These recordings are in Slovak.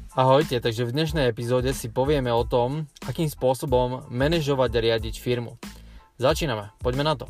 Ahojte, takže v dnešnej epizóde si povieme o tom, akým spôsobom manažovať a riadiť firmu. Začíname, poďme na to.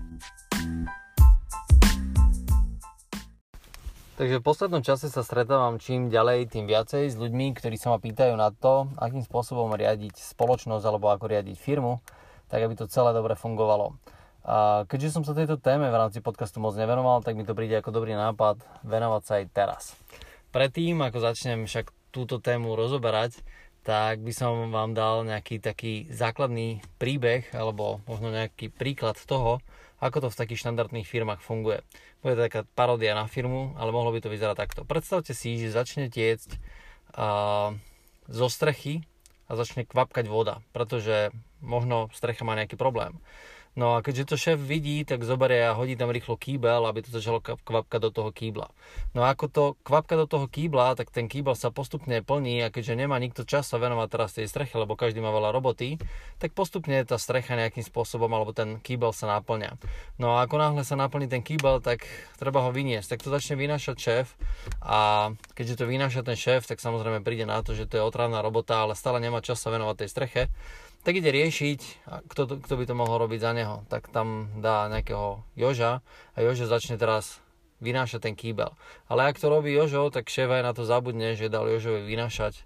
Takže v poslednom čase sa stretávam čím ďalej, tým viacej s ľuďmi, ktorí sa ma pýtajú na to, akým spôsobom riadiť spoločnosť alebo ako riadiť firmu, tak aby to celé dobre fungovalo. A keďže som sa tejto téme v rámci podcastu moc nevenoval, tak mi to príde ako dobrý nápad venovať sa aj teraz. Predtým, ako začnem však túto tému rozoberať, tak by som vám dal nejaký taký základný príbeh alebo možno nejaký príklad toho, ako to v takých štandardných firmách funguje. Bude to taká paródia na firmu, ale mohlo by to vyzerať takto. Predstavte si, že začne tiecť zo strechy a začne kvapkať voda, pretože možno strecha má nejaký problém. No a keďže to šéf vidí, tak zoberie a hodí tam rýchlo kýbel, aby to začalo kvapkať do toho kýbla. No a ako to kvapka do toho kýbla, tak ten kýbel sa postupne plní a keďže nemá nikto čas sa venovať teraz tej streche, lebo každý má veľa roboty, tak postupne tá strecha nejakým spôsobom alebo ten kýbel sa naplňa. No a ako náhle sa naplní ten kýbel, tak treba ho vyniesť. Tak to začne vynášať šéf a keďže to vynáša ten šéf, tak samozrejme príde na to, že to je otrávna robota, ale stále nemá čas sa venovať tej streche. Tak ide riešiť, kto by to mohol robiť za neho. Tak tam dá nejakého Joža a Jožo začne teraz vynášať ten kýbel. Ale ak to robí Jožo, tak šéf aj na to zabudne, že dal Jožovi vynášať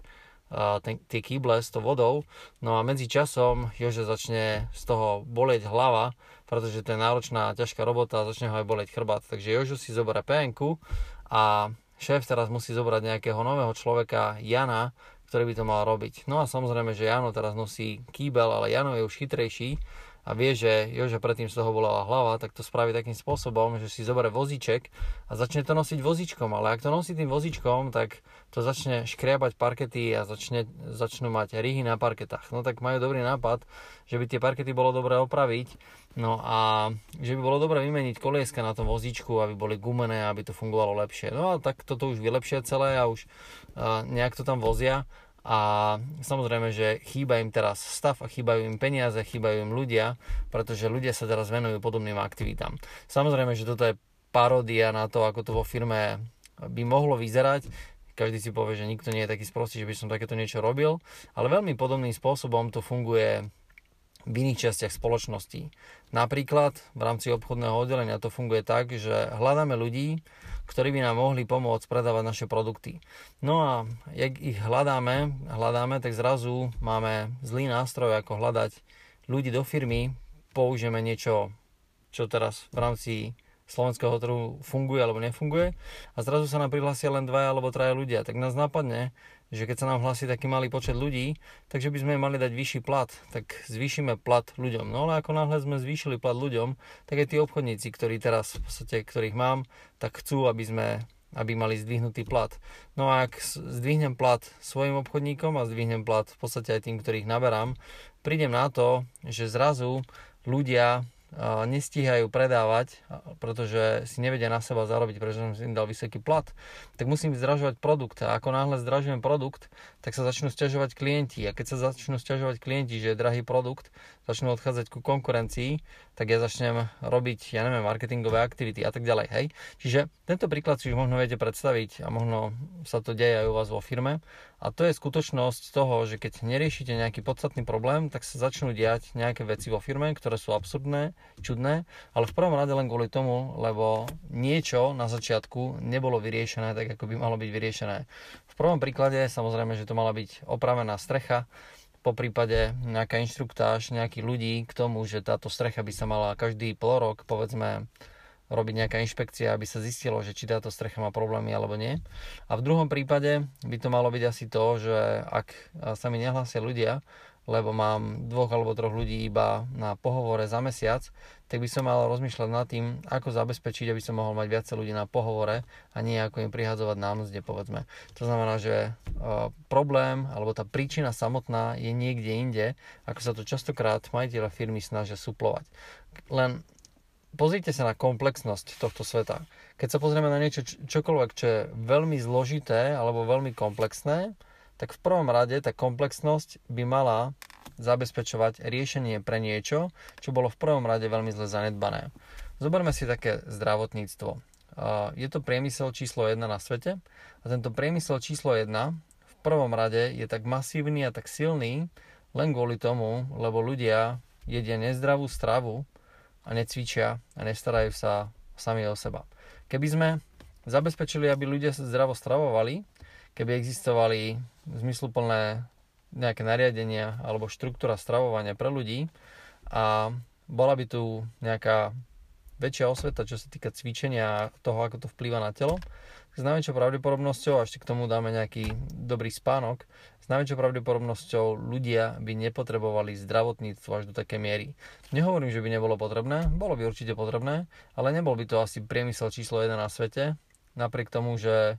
tie kýble s tou vodou. No a medzi časom Jožo začne z toho bolieť hlava, pretože to je náročná a ťažká robota a začne ho aj bolieť chrbát. Takže Jožo si zoberie PN-ku a šéf teraz musí zobrať nejakého nového človeka, Jana, ktorý by to mal robiť. No a samozrejme, že Jano teraz nosí kýbel, ale Jano je už chytrejší a vie, že Joža predtým z toho bolela hlava, tak to spraví takým spôsobom, že si zoberie vozíček a začne to nosiť vozíčkom. Ale ak to nosí tým vozíčkom, tak to začne škriabať parkety a začnú mať ryhy na parketách. No tak majú dobrý nápad, že by tie parkety bolo dobre opraviť, no a že by bolo dobre vymeniť kolieska na tom vozíčku, aby boli gumené, aby to fungovalo lepšie. No a tak toto už vylepšia celé a už nejak to tam vozia. A samozrejme, že chýba im teraz stav a chýbajú im peniaze, chýbajú im ľudia, pretože ľudia sa teraz venujú podobným aktivitám. Samozrejme, že toto je paródia na to, ako to vo firme by mohlo vyzerať. Každý si povie, že nikto nie je taký sprostý, že by som takéto niečo robil, ale veľmi podobným spôsobom to funguje v iných častiach spoločnosti. Napríklad v rámci obchodného oddelenia to funguje tak, že hľadáme ľudí, ktorí by nám mohli pomôcť predávať naše produkty. No a jak ich hľadáme, tak zrazu máme zlý nástroj, ako hľadať ľudí do firmy. Použijeme niečo, čo teraz v rámci slovenského trhu funguje alebo nefunguje a zrazu sa nám prihlásia len 2 alebo 3 ľudia. Tak nás napadne, že keď sa nám hlási taký malý počet ľudí, takže by sme mali dať vyšší plat, tak zvýšime plat ľuďom. No ale ako náhle sme zvýšili plat ľuďom, tak aj tí obchodníci, ktorí teraz v podstate, ktorých mám, tak chcú, aby mali zdvihnutý plat. No a ak zdvihnem plat svojim obchodníkom a zdvihnem plat v podstate aj tým, ktorých naberám, prídem na to, že zrazu ľudia nestíhajú predávať, pretože si nevedia na seba zarobiť, pretože som si im dal vysoký plat, tak musím zdražovať produkt. A ako náhle zdražujem produkt, tak sa začnú sťažovať klienti. A keď sa začnú sťažovať klienti, že je drahý produkt, začnú odchádzať ku konkurencii, tak ja začnem robiť, marketingové aktivity a tak ďalej. Hej? Čiže tento príklad si už možno viete predstaviť a možno sa to deje aj u vás vo firme. A to je skutočnosť toho, že keď neriešite nejaký podstatný problém, tak sa začnú diať nejaké veci vo firme, ktoré sú absurdné, čudné, ale v prvom rade len kvôli tomu, lebo niečo na začiatku nebolo vyriešené tak, ako by malo byť vyriešené. V prvom príklade samozrejme, že to mala byť opravená strecha, po prípade nejaká inštruktáž, nejakých ľudí k tomu, že táto strecha by sa mala každý pol rok, povedzme, robiť nejaká inšpekcia, aby sa zistilo, že či táto strecha má problémy alebo nie. A v druhom prípade by to malo byť asi to, že ak sa mi nehlásia ľudia, lebo mám 2 alebo 3 ľudí iba na pohovore za mesiac, tak by som mal rozmýšľať nad tým, ako zabezpečiť, aby som mohol mať viacej ľudí na pohovore a nie ako im prihadzovať na mzde, povedzme. To znamená, že problém alebo tá príčina samotná je niekde inde, ako sa to častokrát majiteľa firmy snažia suplovať. Len pozrite sa na komplexnosť tohto sveta. Keď sa pozrieme na niečo čokoľvek, čo je veľmi zložité alebo veľmi komplexné, tak v prvom rade tá komplexnosť by mala zabezpečovať riešenie pre niečo, čo bolo v prvom rade veľmi zle zanedbané. Zoberme si také zdravotníctvo. Je to priemysel číslo 1 na svete a tento priemysel číslo 1 v prvom rade je tak masívny a tak silný len kvôli tomu, lebo ľudia jedia nezdravú stravu a necvičia a nestarajú sa sami o seba. Keby sme zabezpečili, aby ľudia sa zdravo stravovali, keby existovali zmysluplné nejaké nariadenia alebo štruktúra stravovania pre ľudí a bola by tu nejaká väčšia osveta, čo sa týka cvičenia a toho, ako to vplýva na telo, s najväčšou pravdepodobnosťou, a ešte k tomu dáme nejaký dobrý spánok, s najväčšou pravdepodobnosťou ľudia by nepotrebovali zdravotníctvo až do takej miery. Nehovorím, že by nebolo potrebné, bolo by určite potrebné, ale nebol by to asi priemysel číslo 1 na svete, napriek tomu, že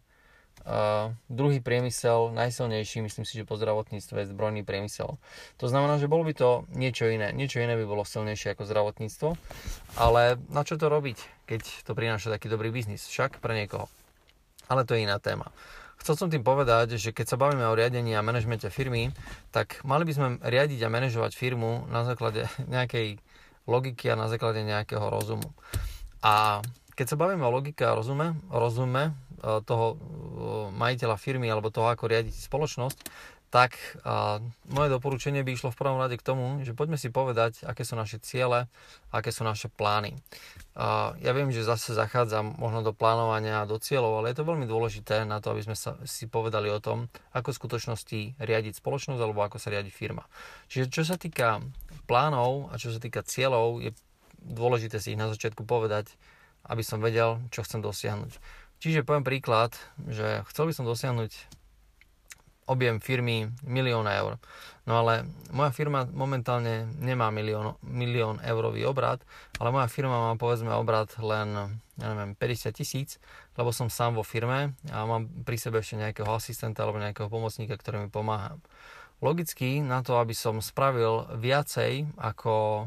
druhý priemysel, najsilnejší, myslím si, že po zdravotníctve je zbrojný priemysel. To znamená, že bolo by to niečo iné. Niečo iné by bolo silnejšie ako zdravotníctvo. Ale na čo to robiť, keď to prináša taký dobrý biznis? Však pre niekoho. Ale to je iná téma. Chcel som tým povedať, že keď sa bavíme o riadení a manažmente firmy, tak mali by sme riadiť a manažovať firmu na základe nejakej logiky a na základe nejakého rozumu. A keď sa bavíme o logike a rozume toho majiteľa firmy alebo toho, ako riadiť spoločnosť, tak moje doporučenie by išlo v prvom rade k tomu, že poďme si povedať, aké sú naše ciele, aké sú naše plány. Ja viem, že zase zachádzam možno do plánovania a do cieľov, ale je to veľmi dôležité na to, aby sme si povedali o tom, ako v skutočnosti riadiť spoločnosť alebo ako sa riadi firma. Čiže čo sa týka plánov a čo sa týka cieľov, je dôležité si ich na začiatku povedať, aby som vedel, čo chcem dosiahnuť. Čiže poviem príklad, že chcel by som dosiahnuť objem firmy 1 000 000 eur. No ale moja firma momentálne nemá milión eurový obrat, ale moja firma má povedzme obrat len 50 000, lebo som sám vo firme a mám pri sebe ešte nejakého asistenta alebo nejakého pomocníka, ktorý mi pomáha. Logicky na to, aby som spravil viacej ako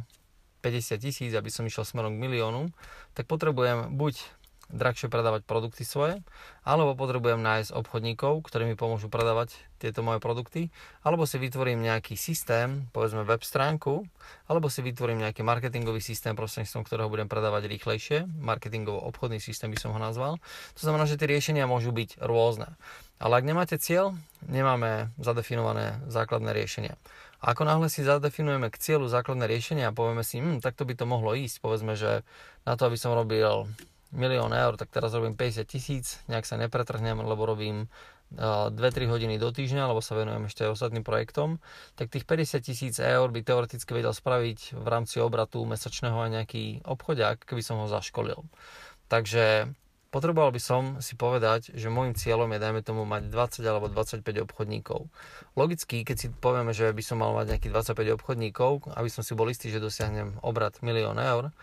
50 000, aby som išiel smerom k miliónu, tak potrebujem buď drahšie predávať produkty svoje, alebo potrebujem nájsť obchodníkov, ktorí mi pomôžu predávať tieto moje produkty, alebo si vytvorím nejaký systém, povedzme web stránku, alebo si vytvorím nejaký marketingový systém, prostredníctvom ktorého budem predávať rýchlejšie, marketingovo-obchodný systém by som ho nazval. To znamená, že tie riešenia môžu byť rôzne. Ale ak nemáte cieľ, nemáme zadefinované základné riešenia. A ako náhle si zadefinujeme k cieľu základné riešenia a povieme si, takto by to mohlo ísť, povedzme, že na to, aby som robil 1 000 000 eur, tak teraz robím 50 000, nejak sa nepretrhnem, lebo robím 2-3 hodiny do týždňa, lebo sa venujem ešte aj ostatným projektom, tak tých 50 000 eur by teoreticky vedel spraviť v rámci obratu mesačného aj nejaký obchodiak, keby som ho zaškolil. Takže potreboval by som si povedať, že môjim cieľom je, dajme tomu, mať 20 alebo 25 obchodníkov. Logicky, keď si povieme, že by som mal mať nejakých 25 obchodníkov, aby som si bol istý, že dosiahnem obrat 1 000 000 eur,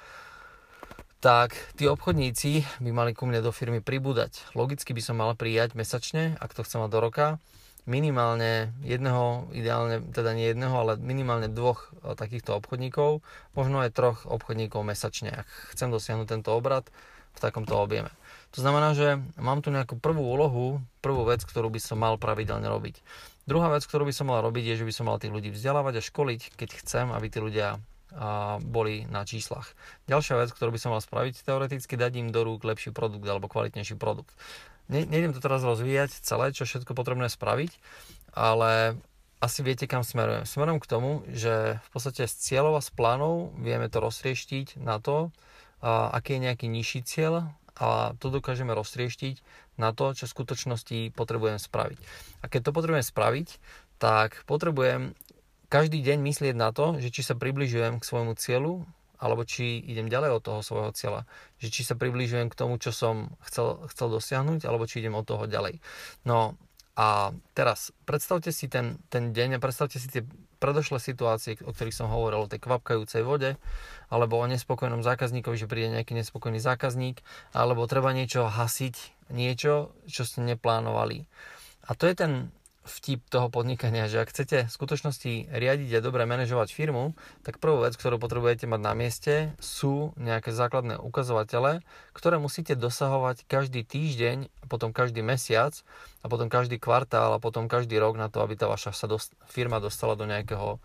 tak tí obchodníci by mali ku mne do firmy pribúdať. Logicky by som mal prijať mesačne, ak to chcem mať do roka, minimálne jedného, ideálne teda nie jedného, ale minimálne 2 takýchto obchodníkov, možno aj 3 obchodníkov mesačne, ak chcem dosiahnuť tento obrat v takomto objeme. To znamená, že mám tu nejakú prvú úlohu, prvú vec, ktorú by som mal pravidelne robiť. Druhá vec, ktorú by som mal robiť, je, že by som mal tých ľudí vzdelávať a školiť, keď chcem, aby tí ľudia boli na číslach. Ďalšia vec, ktorú by som mal spraviť, teoreticky dať im do rúk lepší produkt alebo kvalitnejší produkt. Nejdem to teraz rozvíjať celé, čo všetko potrebné spraviť, ale asi viete, kam smerujem. Smerujem k tomu, že v podstate z cieľov a z plánov vieme to roztrieštiť na to, aký je nejaký nižší cieľ, a to dokážeme roztrieštiť na to, čo v skutočnosti potrebujem spraviť. A keď to potrebujem spraviť, tak potrebujem každý deň myslieť na to, že či sa približujem k svojmu cieľu, alebo či idem ďalej od toho svojho cieľa. Že či sa približujem k tomu, čo som chcel dosiahnuť, alebo či idem od toho ďalej. No a teraz predstavte si ten deň a predstavte si tie predošlé situácie, o ktorých som hovoril, o tej kvapkajúcej vode, alebo o nespokojnom zákazníkovi, že príde nejaký nespokojný zákazník, alebo treba niečo hasiť, niečo, čo ste neplánovali. A to je ten vtip toho podnikania, že ak chcete v skutočnosti riadiť a dobre manažovať firmu, tak prvú vec, ktorú potrebujete mať na mieste, sú nejaké základné ukazovatele, ktoré musíte dosahovať každý týždeň, a potom každý mesiac, a potom každý kvartál, a potom každý rok na to, aby tá vaša firma dostala do nejakého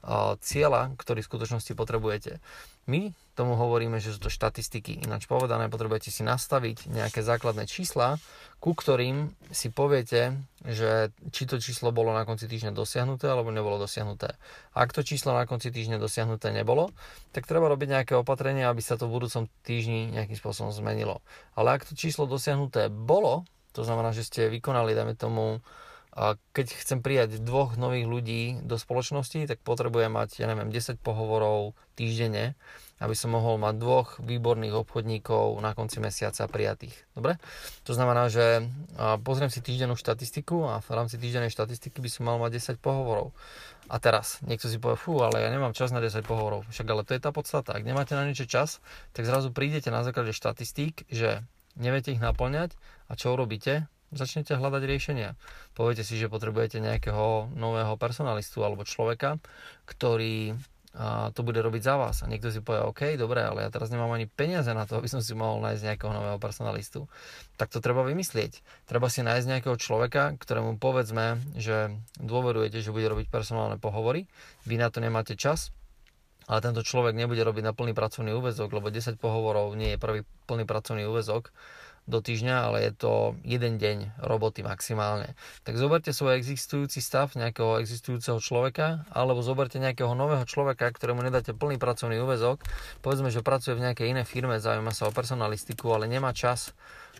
cieľa, ktorý v skutočnosti potrebujete. My tomu hovoríme, že sú to štatistiky. Ináč povedané, potrebujete si nastaviť nejaké základné čísla, ku ktorým si poviete, že či to číslo bolo na konci týždňa dosiahnuté alebo nebolo dosiahnuté. Ak to číslo na konci týždňa dosiahnuté nebolo, tak treba robiť nejaké opatrenie, aby sa to v budúcom týždni nejakým spôsobom zmenilo. Ale ak to číslo dosiahnuté bolo, to znamená, že ste vykonali, dajme tomu, keď chcem prijať 2 nových ľudí do spoločnosti, tak potrebujem mať, 10 pohovorov týždenne, aby som mohol mať 2 výborných obchodníkov na konci mesiaca prijatých. Dobre? To znamená, že pozriem si týždennú štatistiku a v rámci týždennej štatistiky by som mal mať 10 pohovorov. A teraz niekto si povie, ale ja nemám čas na 10 pohovorov. Však ale to je tá podstata. Ak nemáte na niečo čas, tak zrazu prídete na základe štatistík, že neviete ich naplňať a čo urobíte? Začnete hľadať riešenia. Poviete si, že potrebujete nejakého nového personalistu alebo človeka, ktorý to bude robiť za vás. A niekto si povie, OK, dobre, ale ja teraz nemám ani peniaze na to, aby som si mohol nájsť nejakého nového personalistu. Tak to treba vymyslieť. Treba si nájsť nejakého človeka, ktorému povedzme, že dôverujete, že bude robiť personálne pohovory. Vy na to nemáte čas, ale tento človek nebude robiť na plný pracovný úväzok, lebo 10 pohovorov nie je prvý plný pracovný úväzok do týždňa, ale je to jeden deň roboty maximálne. Tak zoberte svoj existujúci stav nejakého existujúceho človeka, alebo zoberte nejakého nového človeka, ktorému nedáte plný pracovný úväzok. Povedzme, že pracuje v nejakej inej firme, zaujíma sa o personalistiku, ale nemá čas.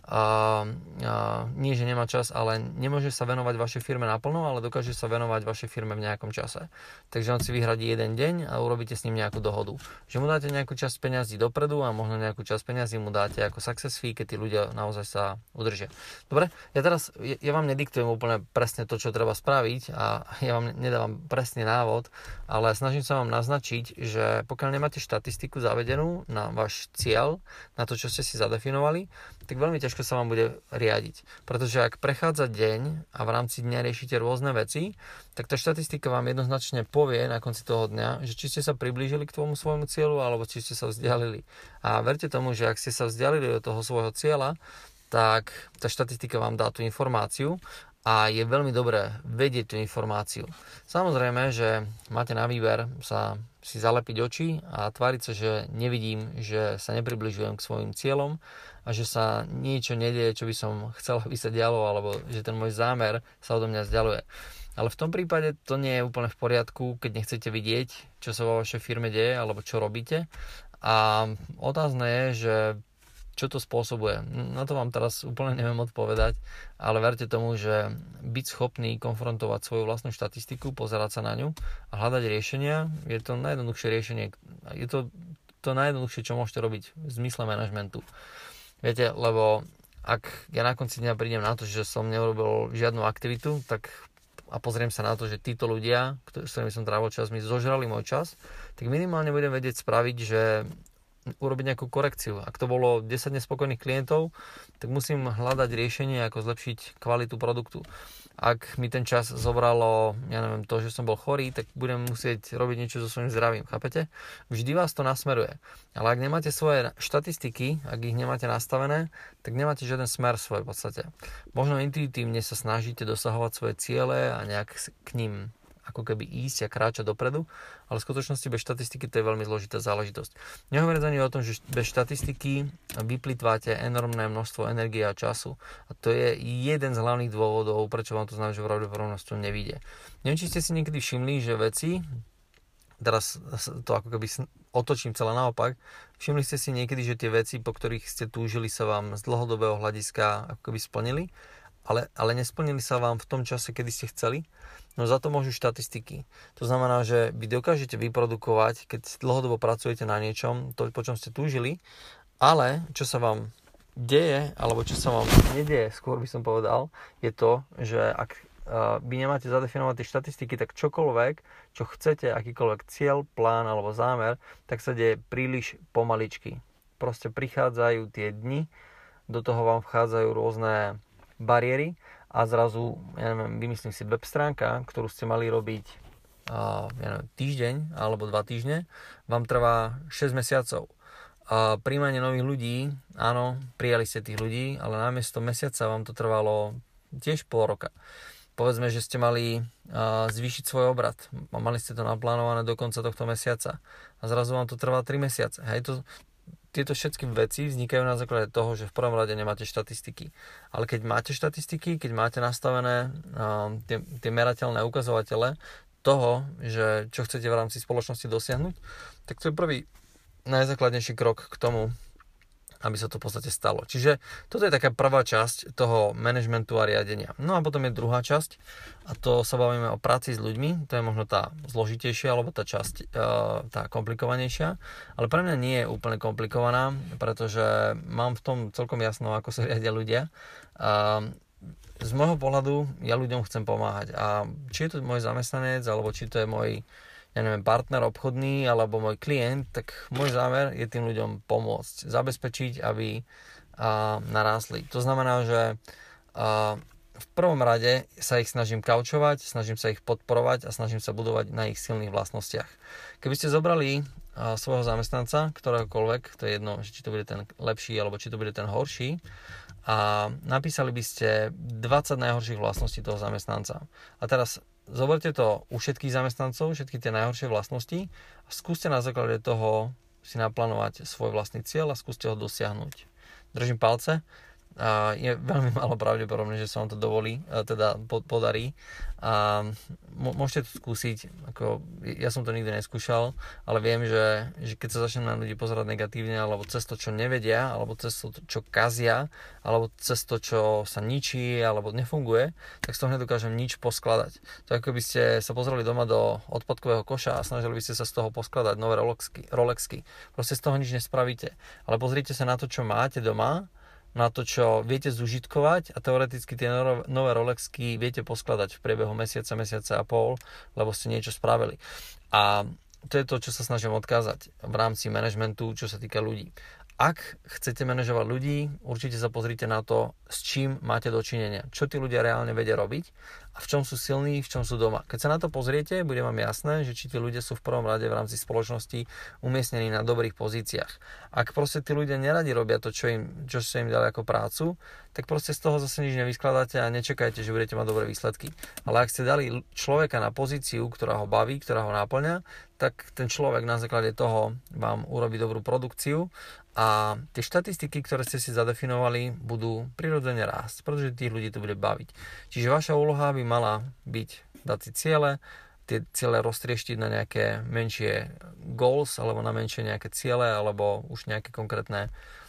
Nie, že nemá čas, ale nemôže sa venovať vašej firme naplno, ale dokáže sa venovať vašej firme v nejakom čase. Takže on si vyhradí jeden deň a urobíte s ním nejakú dohodu. Že mu dáte nejakú časť peňazí dopredu a možno nejakú časť peňazí mu dáte ako success fee, keď tí ľudia naozaj sa udržia. Dobre, ja vám nediktujem úplne presne to, čo treba spraviť a ja vám nedávam presný návod, ale snažím sa vám naznačiť, že pokiaľ nemáte štatistiku zavedenú na váš cieľ, na to, čo ste si zadefinovali, tak veľmi ťažko sa vám bude riadiť. Pretože ak prechádza deň a v rámci dňa riešite rôzne veci, tak tá štatistika vám jednoznačne povie na konci toho dňa, že či ste sa priblížili k tomu svojmu cieľu, alebo či ste sa vzdialili. A verte tomu, že ak ste sa vzdialili od toho svojho cieľa, tak tá štatistika vám dá tú informáciu a je veľmi dobré vedieť tú informáciu. Samozrejme, že máte na výber si zalepiť oči a tváriť sa, že nevidím, že sa nepribližujem k svojim cieľom a že sa niečo nedieje, čo by som chcel, aby sa dialo, alebo že ten môj zámer sa odo mňa vzdialuje. Ale v tom prípade to nie je úplne v poriadku, keď nechcete vidieť, čo sa vo vašej firme deje, alebo čo robíte. A otázne je, že čo to spôsobuje. Na to vám teraz úplne neviem odpovedať, ale verte tomu, že byť schopný konfrontovať svoju vlastnú štatistiku, pozerať sa na ňu a hľadať riešenia, je to najjednoduchšie riešenie. Je to najjednoduchšie, čo môžete robiť v zmysle manažmentu. Viete, lebo ak ja na konci dňa prídem na to, že som neurobil žiadnu aktivitu, a pozriem sa na to, že títo ľudia, s ktorými som trávil čas, mi zožrali môj čas, tak minimálne budem vedieť spraviť, že urobiť nejakú korekciu. Ak to bolo 10 nespokojných klientov, tak musím hľadať riešenie, ako zlepšiť kvalitu produktu. Ak mi ten čas zobralo, to, že som bol chorý, tak budem musieť robiť niečo so svojím zdravím, chápete? Vždy vás to nasmeruje. Ale ak nemáte svoje štatistiky, ak ich nemáte nastavené, tak nemáte žiaden smer v svojej podstate. Možno intuitívne sa snažíte dosahovať svoje ciele a nejak k ním ako keby ísť a kráčať dopredu, ale v skutočnosti bez štatistiky to je veľmi zložitá záležitosť. Nehovoriac ani o tom, že bez štatistiky vyplýtvate enormné množstvo energie a času. A to je jeden z hlavných dôvodov, prečo vám to znamená, že pravdepodobnosť to nevíde. Neviem, či ste si niekedy všimli, že veci, teraz to ako keby otočím celé naopak, všimli ste si niekedy, že tie veci, po ktorých ste túžili, sa vám z dlhodobého hľadiska ako keby splnili, ale nesplnili sa vám v tom čase, kedy ste chceli? No za to môžu štatistiky. To znamená, že vy dokážete vyprodukovať, keď dlhodobo pracujete na niečom, to, po čom ste túžili, ale čo sa vám deje, alebo čo sa vám nedieje, skôr by som povedal, je to, že ak vy nemáte zadefinovať tie štatistiky, tak čokoľvek, čo chcete, akýkoľvek cieľ, plán alebo zámer, tak sa deje príliš pomaličky. Proste prichádzajú tie dni, do toho vám vchádzajú rôzne bariéry a zrazu, vymyslím si, web stránka, ktorú ste mali robiť týždeň alebo 2 týždne, vám trvá 6 mesiacov. Príjmanie nových ľudí, áno, prijali ste tých ľudí, ale namiesto mesiaca vám to trvalo tiež pol roka. Povedzme, že ste mali zvýšiť svoj obrat. Mali ste to naplánované do konca tohto mesiaca. A zrazu vám to trvá 3 mesiace. Hej, tieto všetky veci vznikajú na základe toho, že v prvom rade nemáte štatistiky. Ale keď máte štatistiky, keď máte nastavené tie merateľné ukazovatele toho, že čo chcete v rámci spoločnosti dosiahnuť, tak to je prvý najzákladnejší krok k tomu, aby sa to v podstate stalo. Čiže toto je taká prvá časť toho manažmentu a riadenia. No a potom je druhá časť a to sa bavíme o práci s ľuďmi, to je možno tá zložitejšia alebo tá časť tá komplikovanejšia, ale pre mňa nie je úplne komplikovaná, pretože mám v tom celkom jasno, ako sa riadia ľudia. Z môjho pohľadu ja ľuďom chcem pomáhať a či je to môj zamestnanec alebo či to je môj partner obchodný alebo môj klient, tak môj zámer je tým ľuďom pomôcť, zabezpečiť, aby narástli. To znamená, že v prvom rade sa ich snažím kaučovať, snažím sa ich podporovať a snažím sa budovať na ich silných vlastnostiach. Keby ste zobrali svojho zamestnanca, ktoréhokoľvek, to je jedno, či to bude ten lepší alebo či to bude ten horší, a napísali by ste 20 najhorších vlastností toho zamestnanca. A teraz zoberte to u všetkých zamestnancov, všetky tie najhoršie vlastnosti a skúste na základe toho si naplánovať svoj vlastný cieľ a skúste ho dosiahnuť. Držím palce. A je veľmi málo pravdepodobné, že sa vám to podarí a môžete to skúsiť, ako ja som to nikdy neskúšal, ale viem, že keď sa začnem na ľudí pozerať negatívne alebo cez to, čo nevedia, alebo cez to, čo kazia, alebo cez to, čo sa ničí alebo nefunguje, tak z toho nedokážem nič poskladať. To ako by ste sa pozreli doma do odpadkového koša a snažili by ste sa z toho poskladať nové Rolexky. Proste z toho nič nespravíte, ale pozrite sa na to, čo máte doma, na to, čo viete zužitkovať a teoreticky tie nové Rolexky viete poskladať v priebehu mesiaca a pol, lebo ste niečo spravili. A to je to, čo sa snažím odkázať v rámci manažmentu, čo sa týka ľudí. Ak chcete manažovať ľudí, určite sa pozrite na to, s čím máte dočinenia, čo tí ľudia reálne vedia robiť a v čom sú silní, v čom sú doma. Keď sa na to pozriete, bude vám jasné, že či tí ľudia sú v prvom rade v rámci spoločnosti umiestnení na dobrých pozíciách. Ak proste tí ľudia neradi robia to, čo ste im dali ako prácu, tak proste z toho zase nič nevyskladáte a nečakajte, že budete mať dobré výsledky. Ale ak ste dali človeka na pozíciu, ktorá ho baví, ktorá ho náplňa, tak ten človek na základe toho vám urobí dobrú produkciu a tie štatistiky, ktoré ste si zadefinovali, budú prirodzene rásť, pretože tých ľudí to bude baviť. Čiže vaša úloha by mala byť dať si ciele, tie ciele roztrieštiť na nejaké menšie goals, alebo na menšie nejaké ciele, alebo už nejaké konkrétne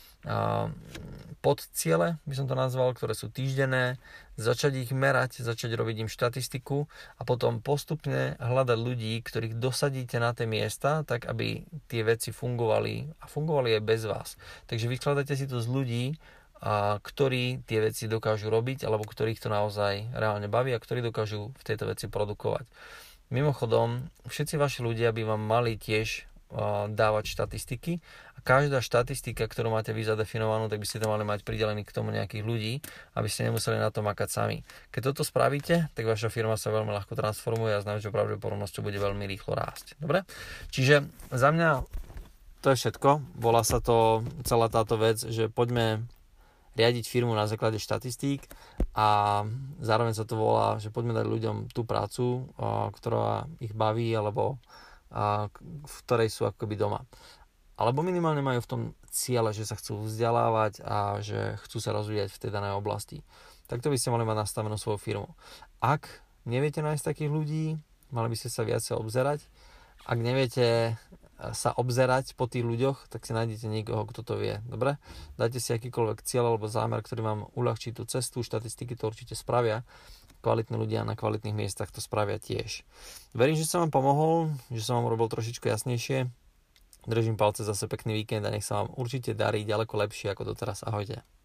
podciele, by som to nazval, ktoré sú týždenné, začať ich merať, začať robiť im štatistiku a potom postupne hľadať ľudí, ktorých dosadíte na tie miesta, tak aby tie veci fungovali a fungovali aj bez vás. Takže vykladáte si to z ľudí, ktorí tie veci dokážu robiť alebo ktorých to naozaj reálne baví a ktorí dokážu v tejto veci produkovať. Mimochodom, všetci vaši ľudia by vám mali tiež dávať štatistiky a každá štatistika, ktorú máte vy zadefinovanú, tak by ste to mali mať pridelený k tomu nejakých ľudí, aby ste nemuseli na to makať sami. Keď toto spravíte, tak vaša firma sa veľmi ľahko transformuje a s najväčšou pravdepodobnosťou bude veľmi rýchlo rásť. Dobre? Čiže za mňa to je všetko. Volá sa to celá táto vec, že poďme riadiť firmu na základe štatistík a zároveň sa to volá, že poďme dať ľuďom tú prácu, ktorá ich baví alebo v ktorej sú akoby doma. Alebo minimálne majú v tom ciele, že sa chcú vzdelávať a že chcú sa rozvíjať v tej danej oblasti. Takto by ste mali mať nastavenú svoju firmu. Ak neviete nájsť takých ľudí, mali by ste sa viacej obzerať. Ak neviete sa obzerať po tých ľuďoch, tak si nájdete niekoho, kto to vie. Dobre? Dajte si akýkoľvek cieľ alebo zámer, ktorý vám uľahčí tú cestu. Štatistiky to určite spravia. Kvalitní ľudia na kvalitných miestach to spravia tiež. Verím, že som vám pomohol, že som vám urobil trošičku jasnejšie. Držím palce, zase pekný víkend a nech sa vám určite darí ďaleko lepšie ako doteraz. Ahojte.